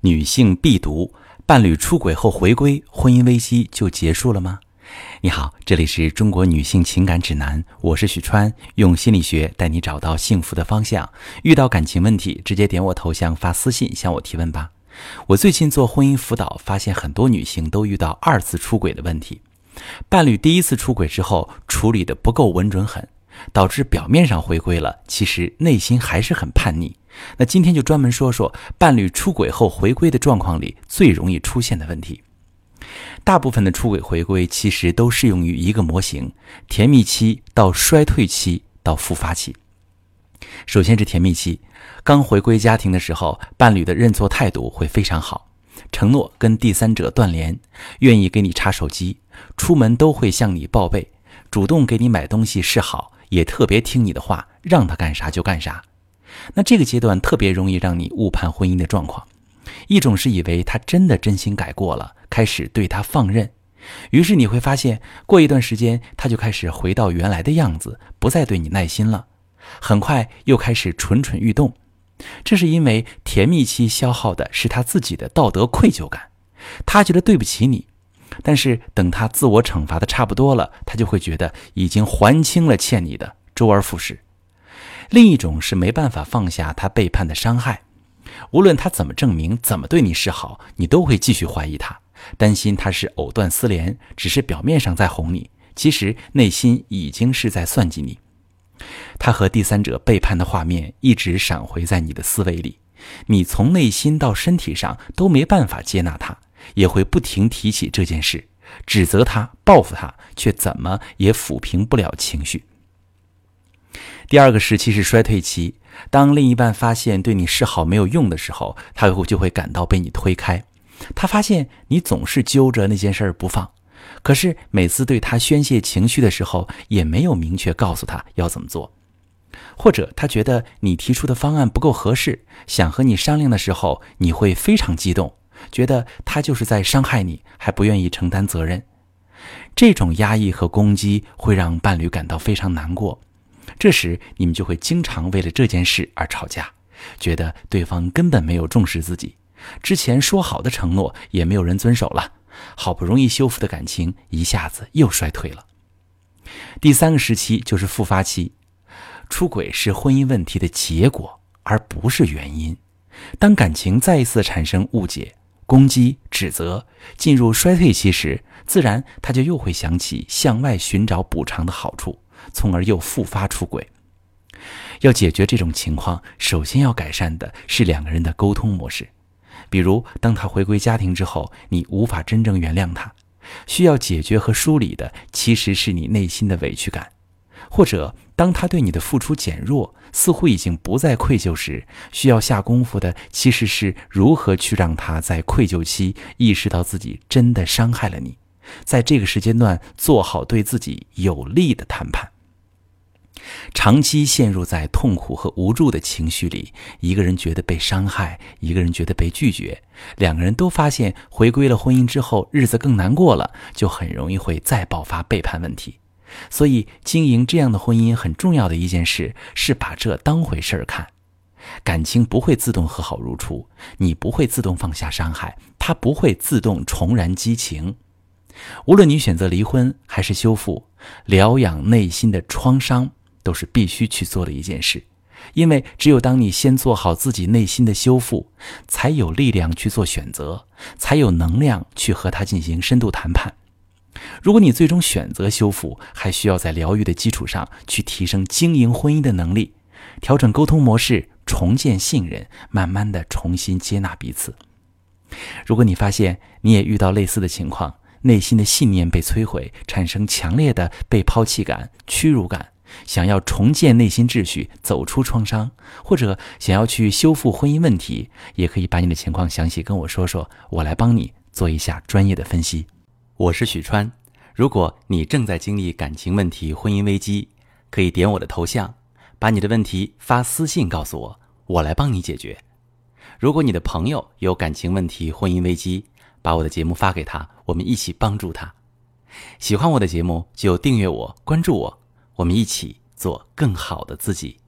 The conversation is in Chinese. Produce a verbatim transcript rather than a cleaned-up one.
女性必读，伴侣出轨后回归，婚姻危机就结束了吗？你好，这里是中国女性情感指南，我是许川，用心理学带你找到幸福的方向。遇到感情问题，直接点我头像发私信向我提问吧。我最近做婚姻辅导，发现很多女性都遇到二次出轨的问题。伴侣第一次出轨之后处理的不够稳准狠，导致表面上回归了，其实内心还是很叛逆。那今天就专门说说伴侣出轨后回归的状况里最容易出现的问题。大部分的出轨回归其实都适用于一个模型，甜蜜期到衰退期到复发期。首先是甜蜜期，刚回归家庭的时候，伴侣的认错态度会非常好，承诺跟第三者断联，愿意给你查手机，出门都会向你报备，主动给你买东西示好，也特别听你的话，让他干啥就干啥。那这个阶段特别容易让你误判婚姻的状况，一种是以为他真的真心改过了，开始对他放任，于是你会发现过一段时间他就开始回到原来的样子，不再对你耐心了，很快又开始蠢蠢欲动。这是因为甜蜜期消耗的是他自己的道德愧疚感，他觉得对不起你，但是等他自我惩罚的差不多了，他就会觉得已经还清了欠你的，周而复始。另一种是没办法放下他背叛的伤害，无论他怎么证明，怎么对你示好，你都会继续怀疑他，担心他是藕断丝连，只是表面上在哄你，其实内心已经是在算计你。他和第三者背叛的画面一直闪回在你的思维里，你从内心到身体上都没办法接纳他，也会不停提起这件事，指责他，报复他，却怎么也抚平不了情绪。第二个时期是衰退期，当另一半发现对你示好没有用的时候，他就会感到被你推开。他发现你总是揪着那件事不放，可是每次对他宣泄情绪的时候，也没有明确告诉他要怎么做。或者他觉得你提出的方案不够合适，想和你商量的时候，你会非常激动，觉得他就是在伤害你，还不愿意承担责任。这种压抑和攻击会让伴侣感到非常难过，这时你们就会经常为了这件事而吵架，觉得对方根本没有重视自己，之前说好的承诺也没有人遵守了，好不容易修复的感情一下子又衰退了。第三个时期就是复发期，出轨是婚姻问题的结果，而不是原因。当感情再一次产生误解、攻击、指责，进入衰退期时，自然他就又会想起向外寻找补偿的好处，从而又复发出轨。要解决这种情况，首先要改善的是两个人的沟通模式。比如当他回归家庭之后，你无法真正原谅他，需要解决和梳理的其实是你内心的委屈感。或者当他对你的付出减弱，似乎已经不再愧疚时，需要下功夫的其实是如何去让他在愧疚期意识到自己真的伤害了你，在这个时间段做好对自己有利的谈判。长期陷入在痛苦和无助的情绪里，一个人觉得被伤害，一个人觉得被拒绝，两个人都发现回归了婚姻之后日子更难过了，就很容易会再爆发背叛问题。所以经营这样的婚姻很重要的一件事是把这当回事儿看。感情不会自动和好如初，你不会自动放下伤害，它不会自动重燃激情。无论你选择离婚还是修复，疗养内心的创伤都是必须去做的一件事。因为只有当你先做好自己内心的修复，才有力量去做选择，才有能量去和他进行深度谈判。如果你最终选择修复，还需要在疗愈的基础上去提升经营婚姻的能力，调整沟通模式，重建信任，慢慢的重新接纳彼此。如果你发现你也遇到类似的情况，内心的信念被摧毁，产生强烈的被抛弃感、屈辱感，想要重建内心秩序，走出创伤，或者想要去修复婚姻问题，也可以把你的情况详细跟我说说，我来帮你做一下专业的分析。我是许川，如果你正在经历感情问题、婚姻危机，可以点我的头像，把你的问题发私信告诉我，我来帮你解决。如果你的朋友有感情问题、婚姻危机，把我的节目发给他，我们一起帮助他。喜欢我的节目就订阅我、关注我，我们一起做更好的自己。